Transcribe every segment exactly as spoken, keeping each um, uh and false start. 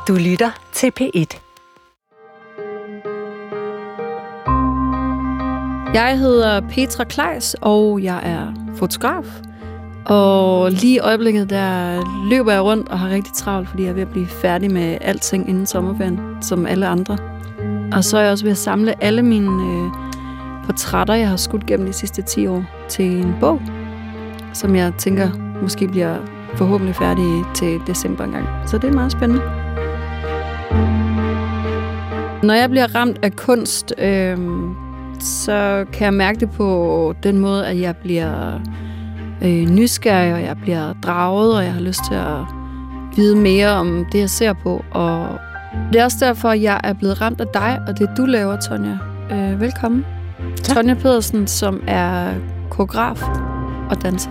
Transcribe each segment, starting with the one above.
Du lytter til P et. Jeg hedder Petra Kleis, og jeg er fotograf. Og lige i øjeblikket, der løber jeg rundt og har rigtig travlt, fordi jeg er ved at blive færdig med alting inden sommerferien, som alle andre. Og så er jeg også ved at samle alle mine øh, portrætter, jeg har skudt gennem de sidste ti år, til en bog, som jeg tænker måske bliver forhåbentlig færdig til december engang. Så det er meget spændende. Når jeg bliver ramt af kunst, øh, så kan jeg mærke det på den måde, at jeg bliver øh, nysgerrig, og jeg bliver draget, og jeg har lyst til at vide mere om det, jeg ser på. Og det er også derfor, at jeg er blevet ramt af dig, og det du laver, Tonja. Øh, velkommen. Tak. Tonja Pedersen, som er koreograf og danser.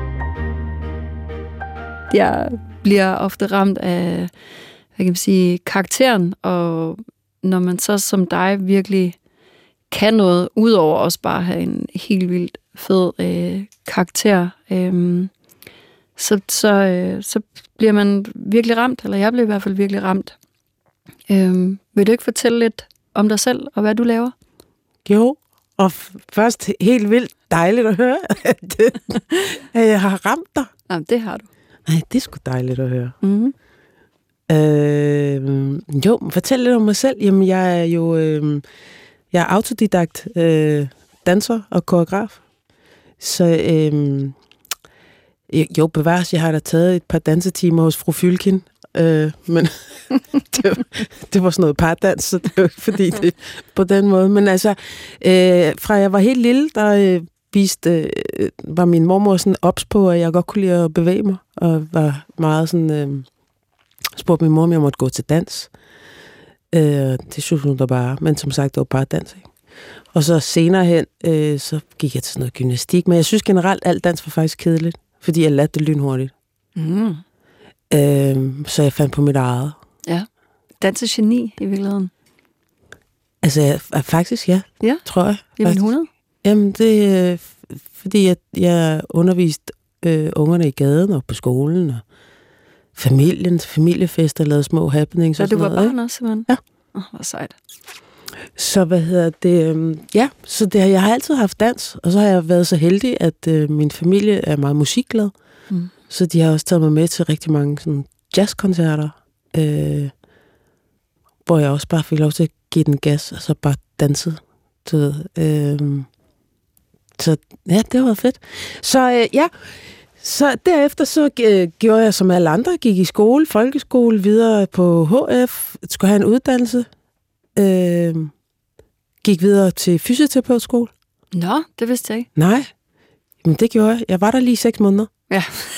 Jeg bliver ofte ramt af, hvad kan man sige, karakteren, og når man så som dig virkelig kan noget, udover også bare at have en helt vildt fed øh, karakter, øh, så, så, øh, så bliver man virkelig ramt, eller jeg bliver i hvert fald virkelig ramt. Øh, vil du ikke fortælle lidt om dig selv, og hvad du laver? Jo, og f- først helt vildt dejligt at høre, at, at jeg har ramt dig. Jamen, det har du. Nej, det er sgu dejligt at høre. Mm-hmm. Øh, jo, fortæl lidt om mig selv. Jamen, jeg er jo øh, jeg er autodidakt øh, danser og koreograf. Så øh, jo, bevares, jeg har da taget et par dansetimer hos fru Fylkin, øh, men det, var, det var sådan noget pardans, så det var ikke fordi det på den måde. Men altså, øh, fra jeg var helt lille, der øh, viste, øh, var min mormor sådan ops på, at jeg godt kunne lide at bevæge mig, og var meget sådan... Øh, spurgte min mor, om jeg måtte gå til dans. Øh, det synes hun da bare, men som sagt, det var bare dans, ikke? Og så senere hen, øh, så gik jeg til sådan noget gymnastik, men jeg synes generelt, alt dans var faktisk kedeligt, fordi jeg lærte det lynhurtigt. Mm. Øh, så jeg fandt på mit eget. Ja, dansegeni i virkeligheden. Altså, jeg, faktisk ja, ja, tror jeg. Jamen hundrede? Jamen, det er, fordi jeg, jeg underviste øh, ungerne i gaden og på skolen, og familien, familiefester, lavede små happenings. Så du var barn også, simpelthen? Ja. Åh, oh, hvor sejt. Så hvad hedder det? Øh, ja, så det, jeg har altid haft dans, og så har jeg været så heldig, at øh, min familie er meget musikglad. Mm. Så de har også taget mig med til rigtig mange sådan, jazzkoncerter, øh, hvor jeg også bare fik lov til at give den gas, og så bare dansede. Så, øh, så ja, det var fedt. Så øh, ja... Så derefter så øh, gjorde jeg som alle andre, gik i skole, folkeskole, videre på H F, skulle have en uddannelse, øh, gik videre til fysioterapeutskole. Nå, det vidste jeg ikke. Nej, men det gjorde jeg. Jeg var der lige seks måneder. Ja,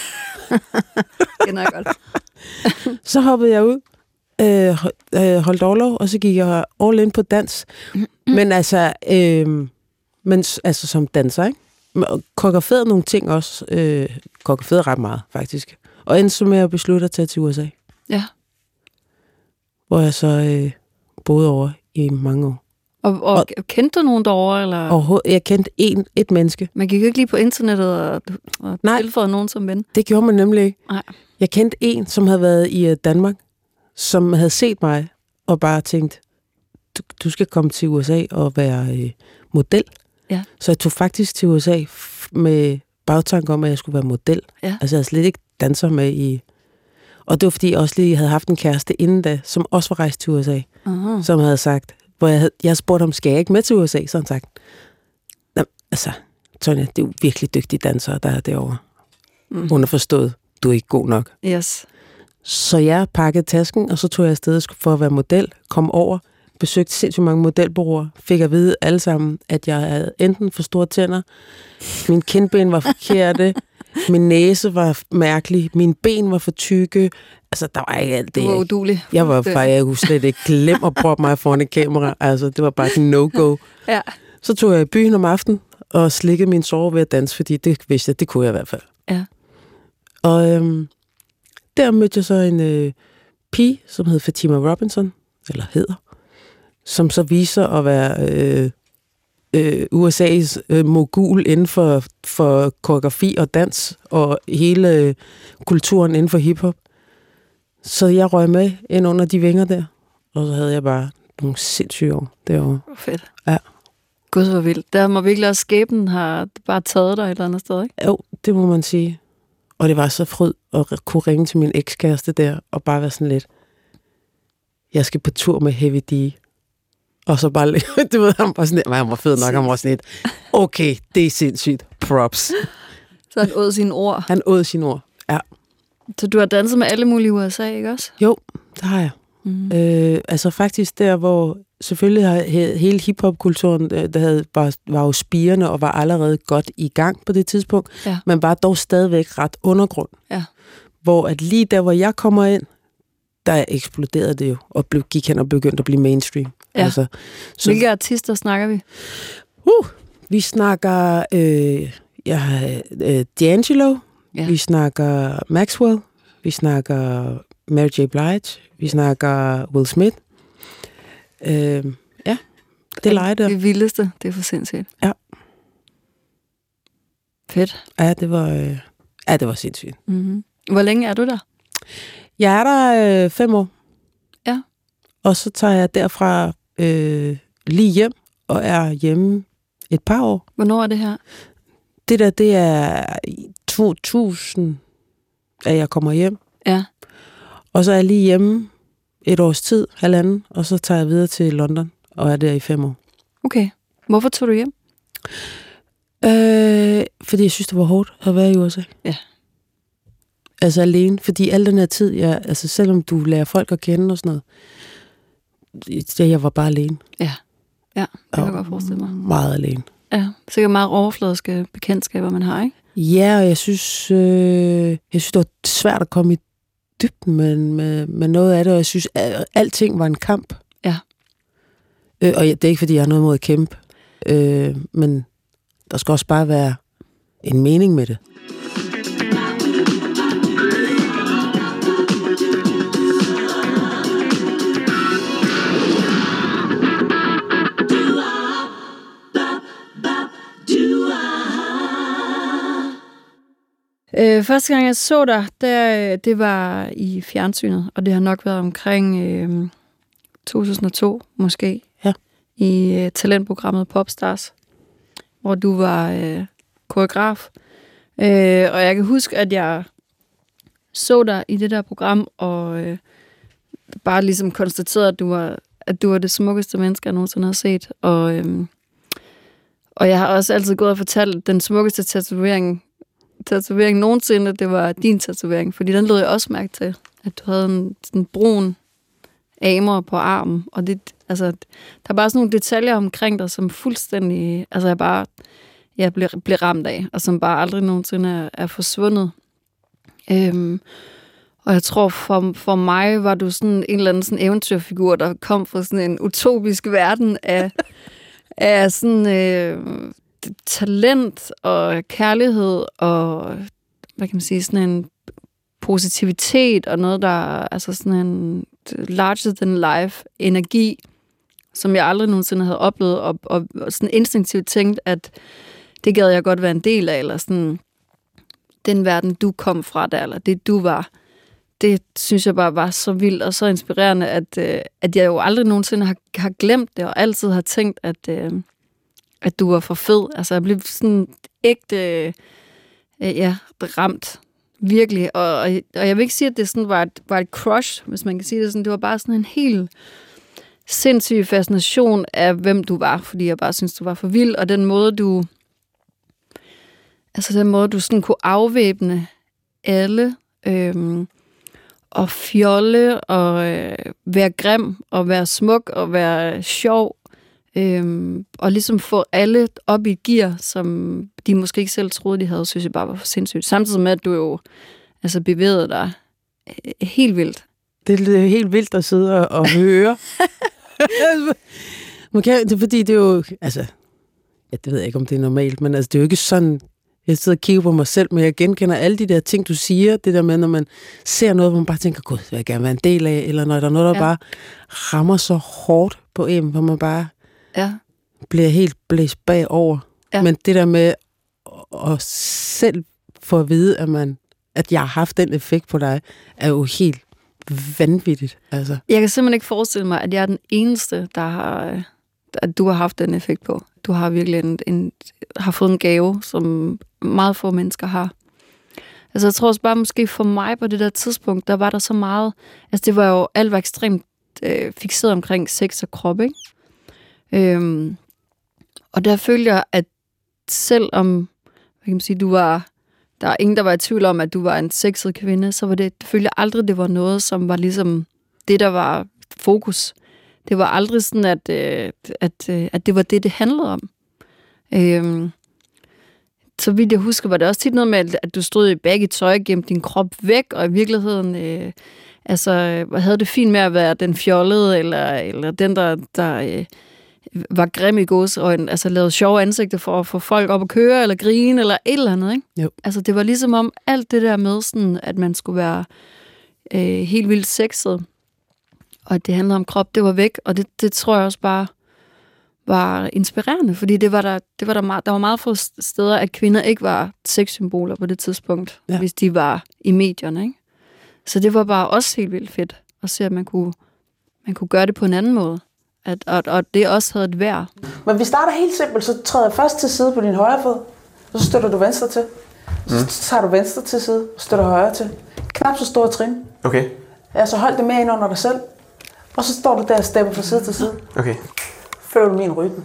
det er godt. Så hoppede jeg ud, øh, holdt orlov, og så gik jeg all in på dans. Mm-hmm. Men altså, øh, men, altså som danser, ikke? Koreograferet nogle ting også. Øh, koreograferet ret meget, faktisk. Og endte så med at beslutte at tage til U S A. Ja. Hvor jeg så øh, boede over i mange år. Og, og, og kendte du nogen derovre? Eller? Og jeg kendte en, et menneske. Man gik jo ikke lige på internettet og, og tilføjede nogen som ven. Det gjorde man nemlig ikke. Nej. Jeg kendte en, som havde været i Danmark, som havde set mig og bare tænkt, du, du skal komme til U S A og være øh, model. Ja. Så jeg tog faktisk til U S A med bagtanke om, at jeg skulle være model. Ja. Altså jeg havde slet ikke danser med i... Og det var fordi, jeg også lige havde haft en kæreste inden da, som også var rejst til U S A, uh-huh. som havde sagt, hvor jeg havde, jeg spurgte ham, skal jeg ikke med til U S A? Så han sagt, altså, Tonja, det er jo virkelig dygtige dansere, der er derovre. Mm. Hun har forstået, du er ikke god nok. Yes. Så jeg pakkede tasken, og så tog jeg afsted for at være model, kom over, besøgte sindssygt mange modelbureauer, fik at vide alle sammen, at jeg havde enten for store tænder, min kindben var forkerte, min næse var mærkelig, mine ben var for tykke, altså der var ikke alt det. Du var uduelig. Jeg var bare, jeg kunne slet ikke glemme at proppe mig foran et kamera, altså det var bare et no-go. Ja. Så tog jeg i byen om aftenen, og slikkede min sår ved at danse, fordi det vidste jeg, det kunne jeg i hvert fald. Ja. Og øhm, der mødte jeg så en øh, pige, som hed Fatima Robinson, eller hedder, som så viser at være øh, øh, U S A's øh, mogul inden for, for koreografi og dans, og hele øh, kulturen inden for hiphop. Så jeg røg med ind under de vinger der, og så havde jeg bare nogle sindssyge år derovre. Fedt. Ja. Gud, hvor vildt. Der må virkelig også skæbnen har bare taget dig et eller andet sted, ikke? Jo, det må man sige. Og det var så fryd at kunne ringe til min ekskæreste der, og bare være sådan lidt, jeg skal på tur med Heavy D. Og så bare, du ved, han var sådan lidt, han var fed nok, han var sådan lidt, okay, det er sindssygt, props. Så han åd sine ord. Han åd sine ord, ja. Så du har danset med alle mulige i U S A, ikke også? Jo, det har jeg. Mm. Øh, altså faktisk der, hvor selvfølgelig har hele hiphop-kulturen, der havde, var, var jo spirende og var allerede godt i gang på det tidspunkt, ja. Men var dog stadigvæk ret undergrund. Ja. Hvor at lige der, hvor jeg kommer ind, der eksploderede det jo, og blev, gik hen og begyndte at blive mainstream. Ja. Altså, så, hvilke artister snakker vi? Uh, vi snakker øh, ja, øh, D'Angelo, ja. Vi snakker Maxwell, vi snakker Mary J. Blige, vi snakker Will Smith. Øh, ja, det leger der. Det vildeste, det er for sindssygt. Ja. Fedt. Ja, det var, øh, ja, det var sindssygt. Mm-hmm. Hvor længe er du der? Jeg er der øh, fem år. Ja. Og så tager jeg derfra øh, lige hjem, og er hjemme et par år. Hvornår er det her? Det der, det er i to tusind, at jeg kommer hjem. Ja. Og så er jeg lige hjemme et års tid, halvanden, og så tager jeg videre til London, og er der i fem år. Okay. Hvorfor tog du hjem? Øh, fordi jeg synes, det var hårdt at være i U S A. Ja. Altså alene, fordi al den her tid, jeg, altså selvom du lærer folk at kende og sådan noget, det, jeg var bare alene. Ja, ja, det kan jeg godt forestille mig. Meget alene. Ja, sikkert meget overfladiske bekendtskaber, man har, ikke? Ja, og jeg synes, øh, jeg synes, det var svært at komme i dybden med, med, med noget af det, og jeg synes, at alting var en kamp. Ja. Øh, og det er ikke, fordi jeg har noget mod at kæmpe, øh, men der skal også bare være en mening med det. Øh, første gang jeg så dig, der, det var i fjernsynet, og det har nok været omkring øh, to tusind og to måske, ja. I øh, talentprogrammet Popstars, hvor du var øh, koreograf. Øh, og jeg kan huske, at jeg så dig i det der program, og øh, bare ligesom konstaterede, at du var, at du var det smukkeste menneske, jeg nogensinde har set. Og, øh, og jeg har også altid gået og fortalt den smukkeste tatovering, tatovering nogensinde, det var din tatovering, fordi den lød jeg også mærke til, at du havde en sådan brun amer på armen, og det, altså, der er bare sådan nogle detaljer omkring dig, som fuldstændig, altså jeg bare, jeg blev, blev ramt af, og som bare aldrig nogensinde er, er forsvundet. Øhm, og jeg tror, for, for mig var du sådan en eller anden sådan eventyrfigur, der kom fra sådan en utopisk verden af, af sådan øh, talent og kærlighed og, hvad kan man sige, sådan en positivitet og noget, der altså sådan en larger than life energi, som jeg aldrig nogensinde havde oplevet, og, og, og sådan instinktivt tænkt, at det gad jeg godt være en del af, eller sådan den verden, du kom fra der, eller det, du var. Det synes jeg bare var så vildt og så inspirerende, at, øh, at jeg jo aldrig nogensinde har, har glemt det, og altid har tænkt, at, øh, at du var for fed. Altså, jeg blev sådan ægte, øh, ja, ramt. Virkelig. Og, og, og jeg vil ikke sige, at det sådan var, et, var et crush, hvis man kan sige det sådan. Det var bare sådan en helt sindssyg fascination af, hvem du var, fordi jeg bare synes, du var for vild, og den måde, du altså den måde, du sådan kunne afvæbne alle, øhm, og fjolle, og øh, være grim, og være smuk, og være sjov, øhm, og ligesom få alle op i et gear, som de måske ikke selv troede, de havde, synes jeg bare var for sindssygt. Samtidig med, at du jo altså bevægede dig helt vildt. Det er helt vildt at sidde og, og høre. Man kan, det er fordi, det er jo, altså, ja, det ved jeg ikke, om det er normalt, men altså, det er jo ikke sådan, jeg sidder og kigger på mig selv, men jeg genkender alle de der ting, du siger, det der med, når man ser noget, hvor man bare tænker, gud, det vil jeg gerne være en del af, eller når der er noget, der ja. bare rammer så hårdt på en, hvor man bare ja. bliver helt blæst bagover. Ja. Men det der med at selv få at vide, at, man, at jeg har haft den effekt på dig, er jo helt vanvittigt. Altså. Jeg kan simpelthen ikke forestille mig, at jeg er den eneste, der har, at du har haft den effekt på. Du har virkelig en, en, har fået en gave, som meget få mennesker har. Altså jeg tror også bare, måske for mig på det der tidspunkt, der var der så meget, altså det var jo, alt var ekstremt øh, fikseret omkring sex og krop, ikke? Øhm, og der følte jeg, at selvom, hvad kan man sige, du var, der er ingen, der var i tvivl om, at du var en sexet kvinde, så var det, følte jeg aldrig, det var noget, som var ligesom det, der var fokus. Det var aldrig sådan, at, øh, at, øh, at det var det, det handlede om. Øhm, så vidt jeg husker, var det også tit noget med, at du stod i baggy tøj, gemte din krop væk, og i virkeligheden øh, altså, havde det fint med at være den fjollede, eller, eller den, der, der øh, var grim i gåseøjne, altså lavede sjove ansigter for at få folk op at køre, eller grine, eller et eller andet, ikke? Jo. Altså, det var ligesom om alt det der med, sådan, at man skulle være øh, helt vildt sexet, og at det handlede om krop, det var væk, og det, det tror jeg også bare var inspirerende, fordi det var der, det var der, meget, der var meget få steder, at kvinder ikke var sexsymboler på det tidspunkt, ja. Hvis de var i medierne, ikke? Så det var bare også helt vildt fedt at se, at man kunne, man kunne gøre det på en anden måde, at, og, og det også havde et værd. Men vi starter helt simpelt, så træder først til side på din højre fod, så støtter du venstre til, så mm. tager du venstre til side, og støtter højre til. Knap så store trin. Okay. Ja, så hold det med ind under dig selv, og så står du der og stepper fra side til side. Okay. Følger du min rytme?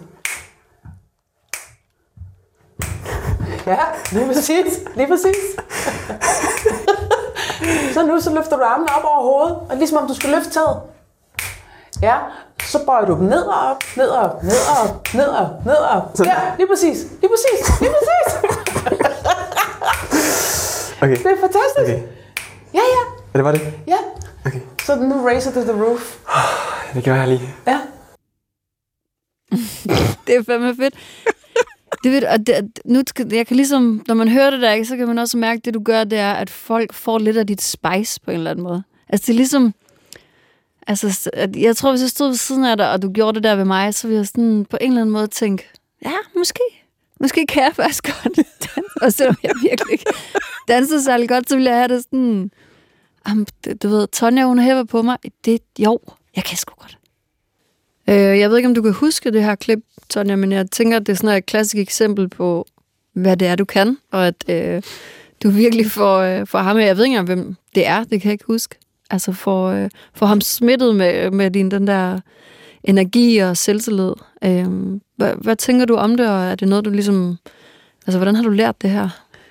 Ja, lige præcis. Lige præcis. Så nu så løfter du armene op over hovedet, og ligesom om du skal løfte taget. Ja, så bøjer du dem ned og op, ned og op, ned og op, ned og op, ned og op. Ja, lige præcis. Lige præcis. Lige præcis. Okay. Det er fantastisk. Okay. Ja, ja. Ja, det var det? Ja. Okay. Så nu raiser to the roof. Det gør jeg lige. Ja. Det er fandme fedt. Det ved, og det, nu, jeg kan ligesom, når man hører det der, så kan man også mærke, at det du gør, det er, at folk får lidt af dit spice på en eller anden måde. Altså det er ligesom, altså jeg tror, hvis jeg stod ved siden af dig, og du gjorde det der ved mig, så ville jeg sådan på en eller anden måde tænke, ja, måske, måske kan jeg faktisk godt danse. Og selvom jeg virkelig ikke danser særlig godt, så ville jeg have det sådan, du ved, Tonja, hun hæver på mig. Det, jo, jeg kan sgu godt. Jeg ved ikke, om du kan huske det her klip, Tonja, men jeg tænker, at det er sådan et klassisk eksempel på, hvad det er, du kan, og at øh, du virkelig får, øh, får ham, jeg ved ikke engang, hvem det er, det kan jeg ikke huske, altså får, øh, får ham smittet med, med din den der energi og selvtillid. Øh, hvad, hvad tænker du om det, og er det noget, du ligesom, altså hvordan har du lært det her?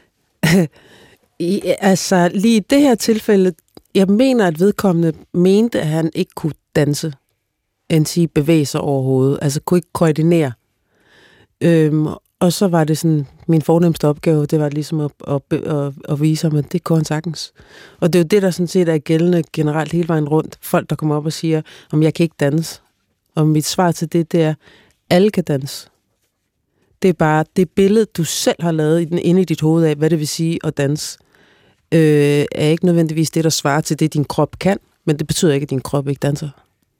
I, altså lige i det her tilfælde, jeg mener, at vedkommende mente, at han ikke kunne danse, end sige bevæge sig overhovedet, altså kunne ikke koordinere. Øhm, og så var det sådan, min fornemmeste opgave, det var ligesom at, at, at, at vise ham, at det kunne han sagtens. Og det er jo det, der sådan set er gældende generelt hele vejen rundt. Folk, der kommer op og siger, om jeg kan ikke danse. Og mit svar til det, det er, alle kan danse. Det er bare det billede, du selv har lavet inde i dit hoved af, hvad det vil sige at danse, øh, er ikke nødvendigvis det, der svarer til det, din krop kan, men det betyder ikke, at din krop ikke danser.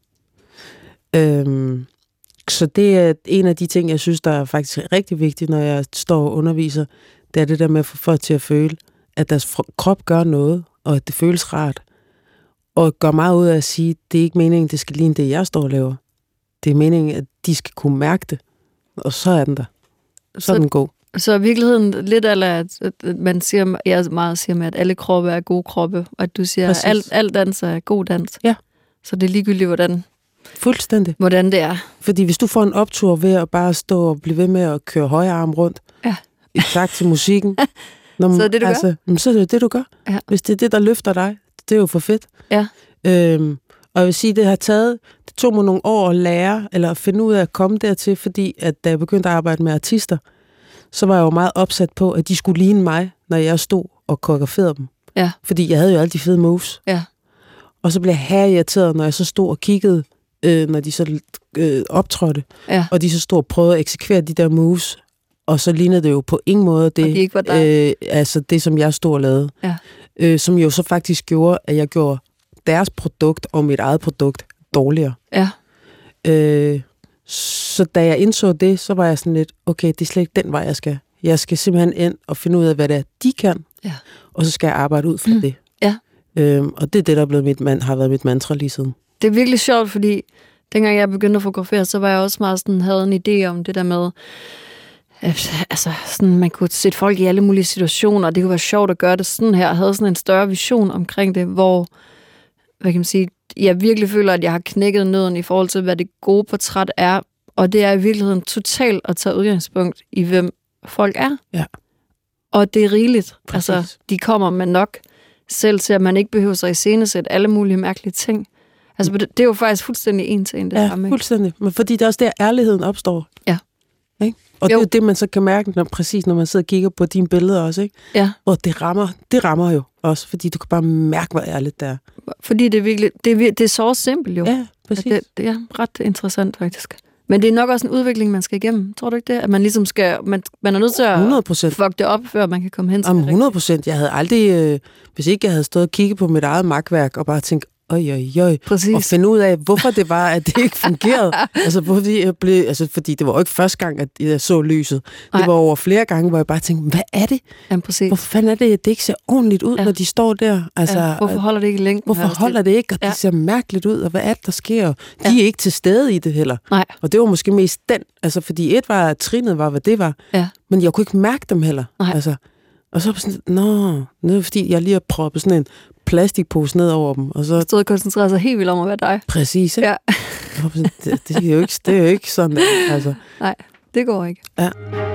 Øhm, så det er en af de ting, jeg synes, der er faktisk rigtig vigtigt, når jeg står og underviser, det er det der med at få folk til at føle, at deres krop gør noget, og at det føles rart. Og gør meget ud af at sige, det er ikke meningen, det skal ligne det, jeg står og laver. Det er meningen, at de skal kunne mærke det, og så er den der. Så, så er den god. Så i virkeligheden lidt af, at man siger, jeg meget siger med, at alle kroppe er gode kroppe, og at du siger, at alt, alt dans er god dans. Ja. Så det er ligegyldigt, hvordan Fuldstændig. Hvordan det er. Fordi hvis du får en optur ved at bare stå og blive ved med at køre højre arm rundt, ja. i takt til musikken, når man, så er det, du altså, gør? Så er det det, du gør. Ja. Hvis det er det, der løfter dig, det er jo for fedt. Ja. Øhm, og jeg vil sige, det har taget, det tog mig nogle år at lære, eller at finde ud af at komme dertil, fordi at da jeg begyndte at arbejde med artister, så var jeg jo meget opsat på, at de skulle ligne mig, når jeg stod og koreograferede dem. Ja. Fordi jeg havde jo alle de fede moves. Ja. Og så blev jeg her irriteret, når jeg så stod og kiggede, øh, når de så øh, optrådte, ja. og de så stod og prøvede at eksekvere de der moves, og så lignede det jo på ingen måde det, de ikke var øh, altså det, som jeg stod og lavede. Ja. Øh, som jo så faktisk gjorde, at jeg gjorde deres produkt og mit eget produkt dårligere. Ja. Øh, så da jeg indså det, så var jeg sådan lidt, okay, det er slet ikke den vej, jeg skal. Jeg skal simpelthen ind og finde ud af, hvad det er, de kan, ja. og så skal jeg arbejde ud fra mm. det. Ja. Øhm, og det er det, der er blevet mit man, har været mit mantra lige siden. Det er virkelig sjovt, fordi dengang jeg begyndte at fotografere, så var jeg også meget sådan, havde en idé om det der med, altså sådan, man kunne sætte folk i alle mulige situationer, og det kunne være sjovt at gøre det sådan her. Jeg havde sådan en større vision omkring det, hvor, hvad kan man sige, jeg virkelig føler, at jeg har knækket nøden i forhold til, hvad det gode portræt er, og det er i virkeligheden totalt at tage udgangspunkt i, hvem folk er. Ja. Og det er rigeligt. Præcis. Altså, de kommer med nok selv til, at man ikke behøver sig iscenesætte alle mulige mærkelige ting. Altså, det, det er jo faktisk fuldstændig en til en, det ja, her, ikke? fuldstændig. Men fordi det er også der, ærligheden opstår. Ja. Ikke? Og jo. Det er jo det, man så kan mærke, når, præcis når man sidder og kigger på dine billeder også, ikke? Ja. Hvor det rammer, det rammer jo også, fordi du kan bare mærke, hvor ærligt det er. Fordi det er virkelig, det er, det er så simpelt jo. Ja, præcis. Det, det er ret interessant faktisk. Men det er nok også en udvikling, man skal igennem. Tror du ikke det? At man ligesom skal, man, man er nødt til at hundrede procent fuck det op, før man kan komme hen til Jamen, det. hundrede procent. Jeg havde aldrig, øh, hvis ikke jeg havde stået og kigget på mit eget magtværk, og bare tænkt, øj, øj, øj, Præcis. og finde ud af, hvorfor det var, at det ikke fungerede. altså, fordi jeg blev, altså, fordi det var jo ikke første gang, at jeg så lyset. Nej. Det var over flere gange, hvor jeg bare tænkte, hvad er det? Jamen, præcis. Hvor fanden er det, at det ikke ser ordentligt ud, Ja. når de står der? Altså, Ja, hvorfor holder det ikke i længden? Hvorfor holder det ikke, og det Ja. ser mærkeligt ud, og hvad er det, der sker? De Ja. er ikke til stede i det heller. Nej. Og det var måske mest den, altså fordi et var, at trinet var, hvad det var, Ja. men jeg kunne ikke mærke dem heller. Nej. Altså, og så var sådan, nå, det er fordi, jeg lige har proppet sådan en plastikpose ned over dem, og så... Stod og koncentrerede sig helt vildt om at være dig. Præcis, ikke? Ja. Jeg var sådan, det, det, er jo ikke, det er jo ikke sådan, altså. Nej, det går ikke. Ja.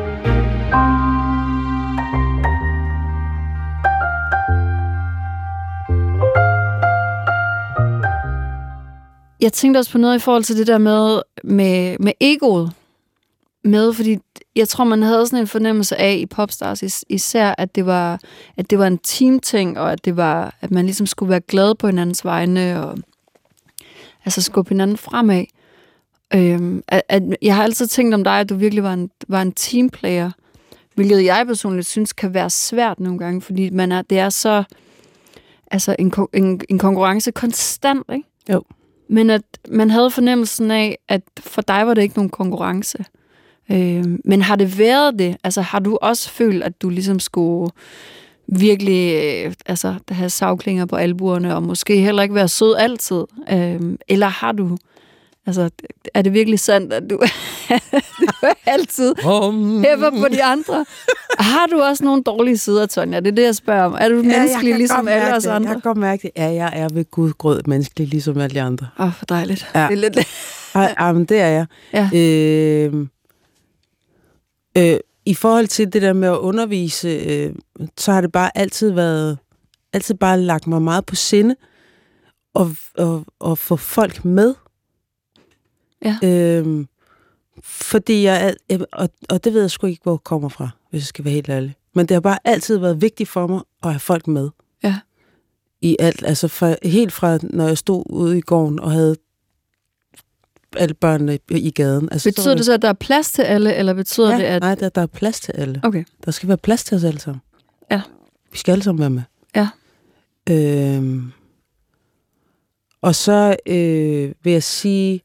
Jeg tænkte også på noget i forhold til det der med, med, med egoet. Med, fordi jeg tror, man havde sådan en fornemmelse af i Popstars is, især, at det var, at det var en teamting, og at det var, at man ligesom skulle være glad på hinandens vegne, og altså skubbe hinanden fremad. Øhm, at, at jeg har altid tænkt om dig, at du virkelig var en, var en teamplayer, hvilket jeg personligt synes kan være svært nogle gange, fordi man er, det er så altså en, en, en konkurrence konstant, ikke? Jo. Men at man havde fornemmelsen af, at for dig var det ikke nogen konkurrence. Øh, men har det været det? Altså har du også følt, at du ligesom skulle virkelig øh, altså, have savklinger på albuerne, og måske heller ikke være sød altid? Øh, eller har du... Altså, er det virkelig sandt, at du, du altid hæpper på de andre? Har du også nogle dårlige sider, Tonja? Det er det, jeg spørger om. Er du Ja, menneskelig ligesom alle os andre? Jeg kan godt mærke det. Ja, jeg er ved Gud grød menneskelig ligesom alle de andre. Åh, oh, for dejligt. Ja. Det er lidt... Ej, ej, men det er jeg. Ja. Øh, øh, I forhold til det der med at undervise, øh, så har det bare altid været, altid bare lagt mig meget på sinde, og, og, og få folk med. Ja. Øh, fordi jeg, og, og det ved jeg sgu ikke, hvor jeg kommer fra, hvis jeg skal være helt ærlig. Men det har bare altid været vigtigt for mig at have folk med. Ja. I alt, altså fra, helt fra, når jeg stod ude i gården og havde alle børnene i gaden. Altså, Betyder så, det så, at der er plads til alle, eller betyder ja, det, at... nej, der, der er plads til alle. Okay. Der skal være plads til os alle sammen. Ja. Vi skal alle sammen være med. Ja. Øhm, og så øh, vil jeg sige...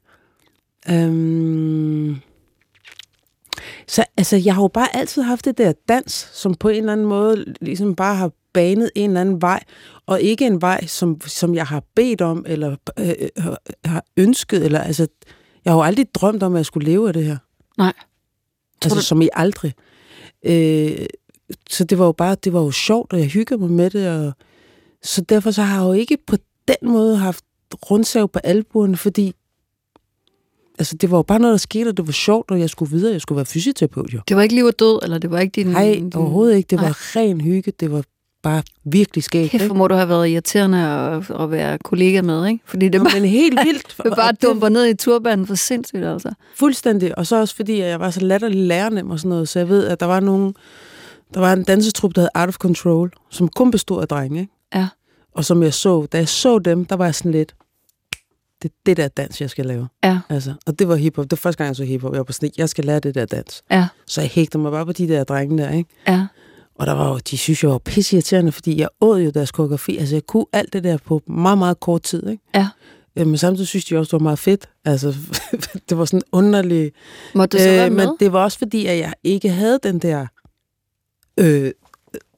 Øhm, så altså, jeg har jo bare altid haft det der dans, som på en eller anden måde ligesom bare har banet en eller anden vej, og ikke en vej, som, som jeg har bedt om, eller øh, har ønsket, eller altså, jeg har jo aldrig drømt om, at jeg skulle leve af det her. Nej. Altså, du... som I aldrig. Øh, så det var jo bare, det var jo sjovt, og jeg hyggede mig med det, og så derfor så har jeg jo ikke på den måde haft rundsav på albuerne, fordi altså, det var jo bare noget, der skete, og det var sjovt, og jeg skulle videre, jeg skulle være fysioterapeut, jo. Det var ikke liv og død, eller det var ikke din... Nej, din... overhovedet ikke. Det var Nej. ren hygge. Det var bare virkelig skægt. Kæft, hvor må du have været irriterende at, at være kollega med, ikke? Fordi det var, Men helt vildt. det bare dumper ned i turbanen for sindssygt, altså. Fuldstændig. Og så også fordi, at jeg var så latterlig lærernem og sådan noget, så jeg ved, at der var nogen, der var en dansetrup, der hed Art of Control, som kun bestod af drenge, ikke? Ja. Og som jeg så, da jeg så dem, der var jeg sådan lidt, det er det der dans, jeg skal lave. Ja. Altså, og det var hiphop. Det var første gang, jeg så hiphop. Jeg var på sådan, jeg skal lære det der dans. Ja. Så jeg hægtede mig bare på de der drenge der, ikke? Ja. Og der var jo, de synes, jeg var pisseirriterende, fordi jeg åd jo deres koreografi. Altså, jeg kunne alt det der på meget, meget kort tid, ikke? Ja. Men samtidig synes de også, det var meget fedt. Altså, det var sådan underligt. Måtte du så være med? Men det var også fordi, at jeg ikke havde den der... Øh,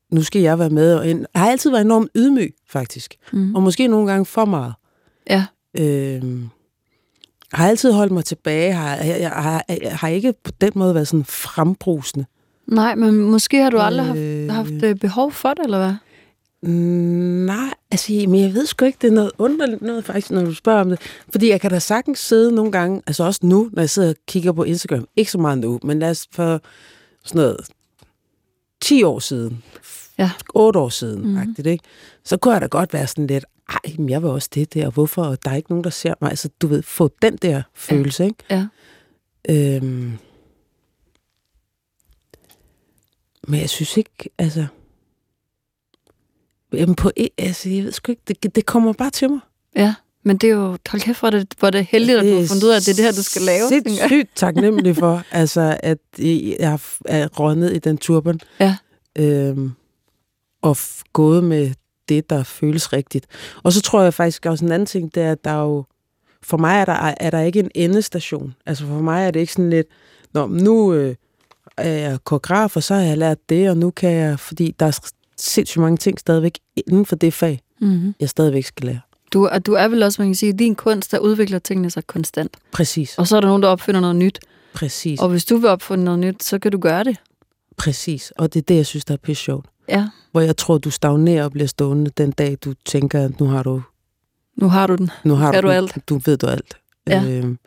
nu skal jeg være med. Og en, jeg har altid været enormt ydmyg, faktisk. Mm. Og måske nogle gange for meget. Ja. Øhm, har altid holdt mig tilbage. Har, jeg, jeg, har, jeg har ikke på den måde været sådan frembrusende. Nej, men måske har du aldrig haft, Øh. haft behov for det, eller hvad? Mm, nej, altså, men jeg ved sgu ikke, det er noget underligt noget, faktisk, når du spørger om det. Fordi jeg kan da sagtens sidde nogle gange, altså også nu, når jeg sidder og kigger på Instagram, ikke så meget nu, men lad os for sådan noget ti år siden, ja. otte år siden, mm-hmm. faktisk, ikke? Så kunne jeg da godt være sådan lidt, ej, men jeg var også det der, og hvorfor, og der er ikke nogen, der ser mig. Altså, du ved, få den der følelse, ja. ikke? Ja. Øhm, men jeg synes ikke, altså... Jamen på, altså, jeg ved sgu ikke, det, det kommer bare til mig. Ja, men det er jo, hold kæft, hvor det, hvor det er heldigt, at du har fundet ud af, at det er det her, du skal lave. Det er sindssygt taknemmelig for, altså, at jeg er røget ned i den turban. Ja. Øhm, og f- gået med det, der føles rigtigt. Og så tror jeg faktisk også en anden ting, det er, at der er jo, for mig er der, er der ikke en endestation. Altså for mig er det ikke sådan lidt, nå, nu øh, er jeg koreograf, og så har jeg lært det, og nu kan jeg, fordi der er sindssygt mange ting stadigvæk inden for det fag, mm-hmm. jeg stadigvæk skal lære. Du, du er vel også, man kan sige, din kunst, der udvikler tingene sig konstant. Præcis. Og så er der nogen, der opfinder noget nyt. Præcis. Og hvis du vil opfinde noget nyt, så kan du gøre det. Præcis. Og det er det, jeg synes, der er pisse sjovt. Ja. Hvor jeg tror, du stagnerer og bliver stående den dag, du tænker, at nu har du... Nu har du den. Nu har kan du, du alt. Du ved du alt. Ja. Øhm,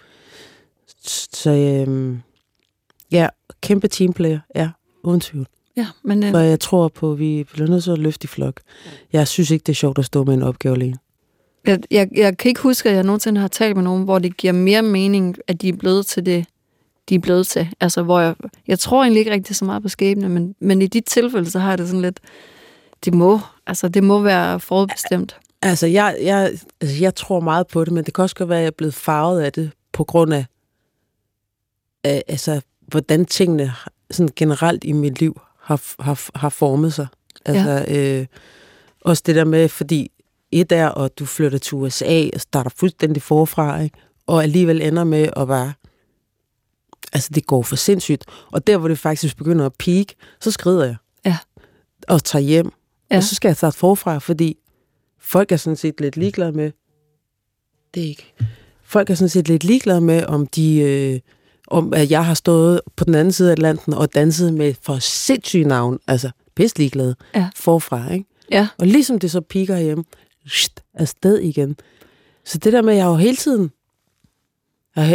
så øhm, ja, kæmpe teamplayer. Ja, uden tvivl. Ja, men... Øh... For jeg tror på, at vi bliver nødt til at løfte i flok. Jeg synes ikke, det er sjovt at stå med en opgave alene. Jeg, jeg, jeg kan ikke huske, at jeg nogensinde har talt med nogen, hvor det giver mere mening, at de er blevet til det, de er blevet til. Altså, hvor jeg, jeg tror egentlig ikke rigtig så meget på skæbne, men, men i dit tilfælde, så har jeg det sådan lidt, det må, altså, det må være forudbestemt. Altså jeg, jeg, altså, jeg tror meget på det, men det kan også godt være, at jeg er blevet farvet af det, på grund af, af altså, hvordan tingene sådan generelt i mit liv har, har, har formet sig. Altså, ja. øh, også det der med, fordi et er, og du flytter til U S A og starter fuldstændig forfra, ikke? Og alligevel ender med at være, altså det går for sindssygt. Og der, hvor det faktisk begynder at peak, så skrider jeg. Ja. Og tager hjem. Ja. Og så skal jeg starte forfra, fordi folk er sådan set lidt ligeglade med, det er ikke, folk er sådan set lidt ligeglade med, om de, øh, om at jeg har stået på den anden side af Atlanten og danset med for sindssyge navn, altså pisse ligeglade, ja. forfra, ikke? Ja. Og ligesom det så piker hjemme, afsted igen. Så det der med, at jeg jo hele tiden, jeg,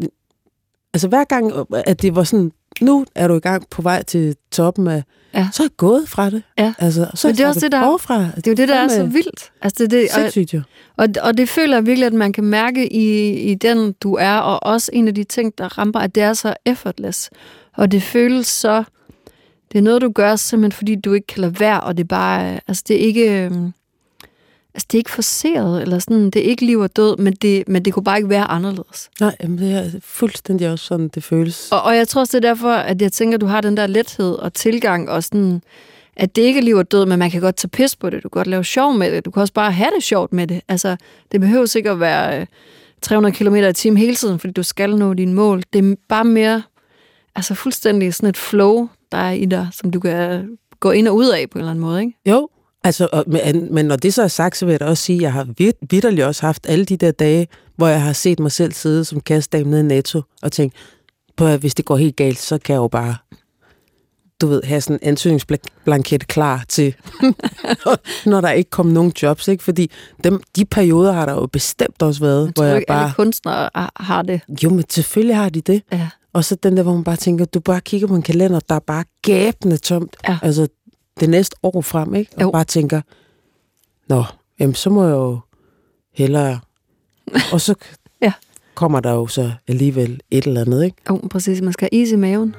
altså hver gang, at det var sådan, nu er du i gang på vej til toppen af, ja. så er jeg gået fra det. Ja. Altså, så men det er også det, der, forfra. det er jo det, der er så vildt. Altså, det, det, sindssygt jo. Og, og det føler jeg virkelig, at man kan mærke i, i den, du er, og også en af de ting, der ramper, at det er så effortless. Og det føles så, det er noget, du gør simpelthen, fordi du ikke kan lade være, og det er bare, altså det er ikke, altså det er ikke forceret, eller sådan, det er ikke liv og død, men det, men det kunne bare ikke være anderledes. Nej, jamen det er fuldstændig også sådan, det føles. Og, og jeg tror også, det er derfor, at jeg tænker, at du har den der lethed og tilgang, og sådan, at det ikke er liv og død, men man kan godt tage pis på det, du kan godt lave sjov med det, du kan også bare have det sjovt med det. Altså, det behøver sikkert at være tre hundrede kilometer i timen hele tiden, fordi du skal nå dine mål. Det er bare mere, altså fuldstændig sådan et flow, der er i dig, som du kan gå ind og ud af på en eller anden måde, ikke? Jo, altså, og, men, men når det så er sagt, så vil jeg da også sige, at jeg har vitterligt også haft alle de der dage, hvor jeg har set mig selv sidde som kassedame nede i Netto, og tænkt, på at hvis det går helt galt, så kan jeg jo bare, du ved, have sådan en ansøgningsblanket klar til, når der ikke kommer nogen jobs, ikke? Fordi dem, de perioder har der jo bestemt også været, jeg hvor tror jeg ikke, bare... alle kunstnere har det. Jo, men selvfølgelig har de det. Ja. Og så den der, hvor man bare tænker, du bare kigger på en kalender, der er bare gabende tomt. Ja. Altså, det næste år frem, ikke? Og jo. bare tænker, nå, jamen, så må jeg jo hellere... Og så ja. kommer der jo så alligevel et eller andet, ikke? Jo, præcis. Man skal have is i maven.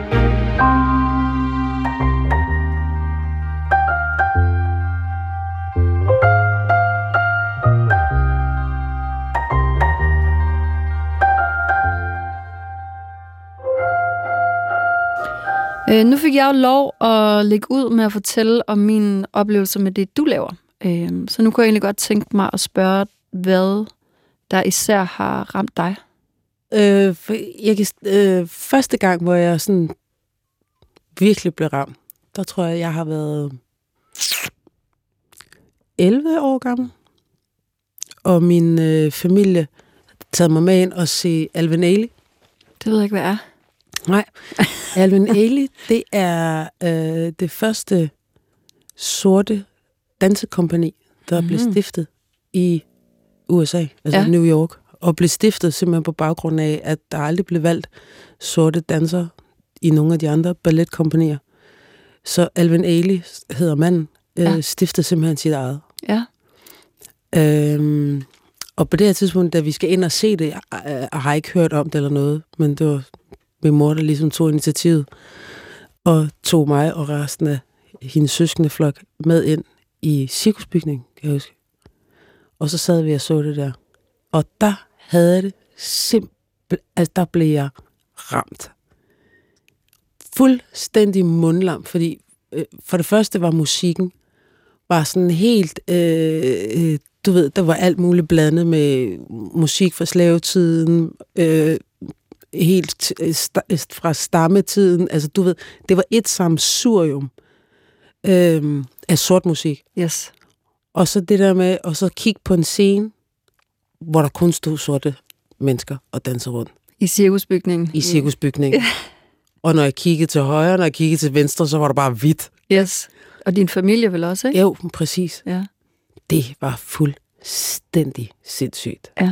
Øh, nu fik jeg jo lov at lægge ud med at fortælle om min oplevelse med det, du laver. Øh, så nu kunne jeg egentlig godt tænke mig at spørge, hvad der især har ramt dig. Øh, jeg kan, øh, første gang, hvor jeg sådan virkelig blev ramt, der tror jeg, jeg har været elleve år gammel. Og min øh, familie taget mig med ind og se Alvin Ailey. Det ved jeg ikke, hvad er. Nej, Alvin Ailey, det er øh, det første sorte dansekompagni, der mm. blev stiftet i U S A, altså ja. New York, og blev stiftet simpelthen på baggrund af, at der aldrig blev valgt sorte dansere i nogle af de andre balletkompagnier. Så Alvin Ailey hedder manden, øh, ja. stiftede simpelthen sit eget. Ja. Øhm, og på det her tidspunkt, da vi skal ind og se det, jeg, jeg har ikke hørt om det eller noget, men det var min mor, der ligesom tog initiativet, og tog mig og resten af hendes søskende flok med ind i cirkusbygningen, kan jeg huske. Og så sad vi og så det der. Og der havde jeg det simpelthen, altså der blev jeg ramt. Fuldstændig mundlam, fordi øh, for det første var musikken, var sådan helt, øh, du ved, der var alt muligt blandet med musik fra slavetiden, øh, helt st- fra stammetiden, altså du ved, det var et sammensurium øh, af sort musik. Yes. Og så det der med, og så kigge på en scene, hvor der kun stod sorte mennesker og dansede rundt. I cirkusbygningen. I cirkusbygningen. Yeah. Og når jeg kiggede til højre, når jeg kiggede til venstre, så var der bare hvidt. Yes. Og din familie vel også, ikke? Jo, præcis. Ja. Det var fuldstændig sindssygt. Ja.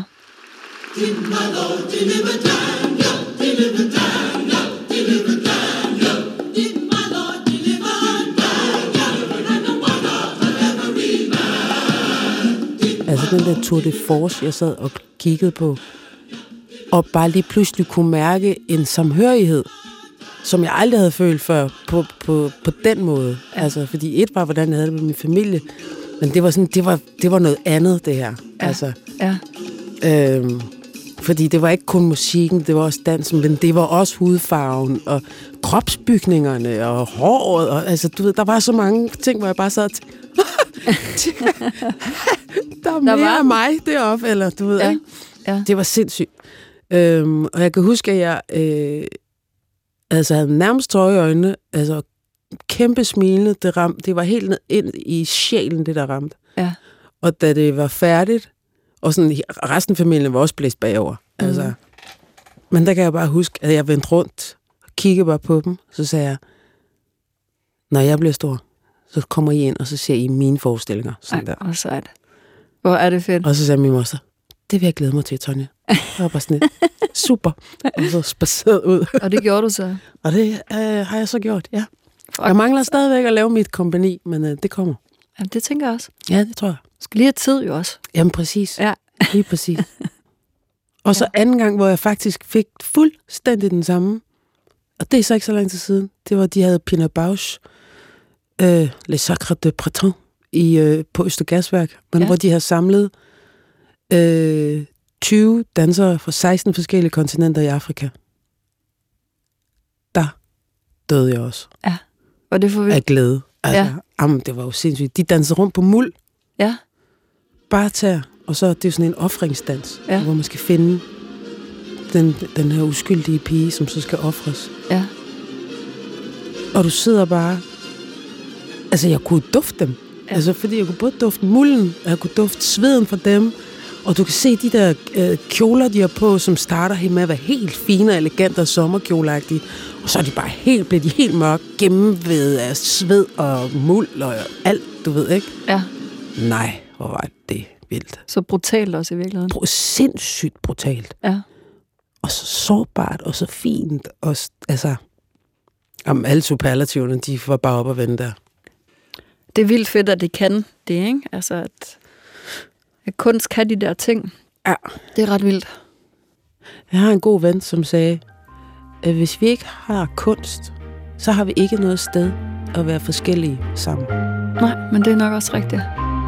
Altså den der Tour de Force, jeg sad og kiggede på, og bare lige pludselig kunne mærke en samhørighed, som jeg aldrig havde følt før på, på, på den måde. Ja. Altså, fordi et var, hvordan jeg havde det med min familie, men det var, sådan, det var, det var noget andet, det her. Ja. Altså, ja. Øhm, fordi det var ikke kun musikken, det var også dansen, men det var også hudfarven, og kropsbygningerne, og håret, og altså, du ved, der var så mange ting, hvor jeg bare sad og tænkte, der er mere der af mig deroppe, eller du ved, ja. ikke? Ja. Det var sindssygt. Øhm, og jeg kan huske, at jeg øh, altså havde nærmest tårer i øjnene, altså kæmpe smilende, det ramte, det var helt ned ind i sjælen, det der ramte. Ja. Og da det var færdigt, og sådan, resten af familien var også blæst bagover. Mm. Altså. Men der kan jeg bare huske, at jeg vendte rundt og kiggede bare på dem, så sagde jeg, når jeg bliver stor, så kommer I ind, og så ser I mine forestillinger. Sådan Ej, der. og så er det. Hvor er det fedt. Og så sagde min moster, det vil jeg glæde mig til, Tonja. Jeg var bare sådan lidt, super. Og så spaceret ud. Og det gjorde du så? Og det øh, har jeg så gjort, ja. Fuck. Jeg mangler stadigvæk at lave mit kompagni, men øh, det kommer. Ja, det tænker jeg også. Ja, det tror jeg. Skal lige have tid jo også. Jamen præcis. Ja. Lige præcis. Og så anden gang, hvor jeg faktisk fik fuldstændig den samme, og det er så ikke så lang tid siden, det var, de havde Pina Bausch, øh, Les Sacres de Breton, i, øh, på Østergasværk, men ja. Hvor de har samlet øh, tyve dansere fra seksten forskellige kontinenter i Afrika. Der døde jeg også. Ja, og det får vi... Af glæde. Altså, ja. Jamen, det var jo sindssygt. De dansede rundt på muld. Ja. Bare tær. Og så det er det sådan en ofringsdans, ja. Hvor man skal finde den, den her uskyldige pige, som så skal ofres. Ja. Og du sidder bare... Altså, jeg kunne dufte dem. Ja. Altså, fordi jeg kunne både dufte mulden, og jeg kunne dufte sveden fra dem, og du kan se de der øh, kjoler, de har på, som starter med at være helt fine og elegante og sommerkjoleagtige, og så er de bare helt, bliver de helt mørke, gennemved af sved og muld og alt, du ved, ikke? Ja. Nej, hvor var det vildt. Så brutalt også i virkeligheden. Br- sindssygt brutalt. Ja. Og så sårbart, og så fint, og altså... Jamen, alle superlativerne, de var bare op og vende der. Det er vildt fedt, at det kan det, ikke? Altså, at, at kunst kan de der ting. Ja. Det er ret vildt. Jeg har en god ven, som sagde, at hvis vi ikke har kunst, så har vi ikke noget sted at være forskellige sammen. Nej, men det er nok også rigtigt.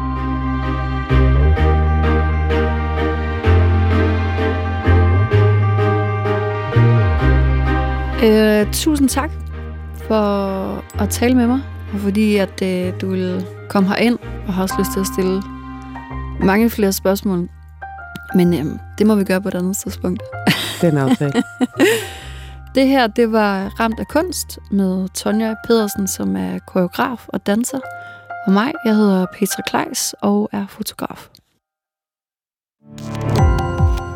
Øh, tusind tak for at tale med mig, og fordi at øh, du vil komme herind, og har også lyst til at stille mange flere spørgsmål. Men øh, det må vi gøre på et andet tidspunkt. Den aftale. Det her, det var Ramt af kunst med Tonja Pedersen, som er koreograf og danser. Og mig, jeg hedder Petra Kleis og er fotograf.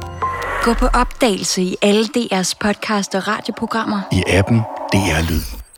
Gå på opdagelse i alle D R's podcast og radioprogrammer. I appen D R Lyd.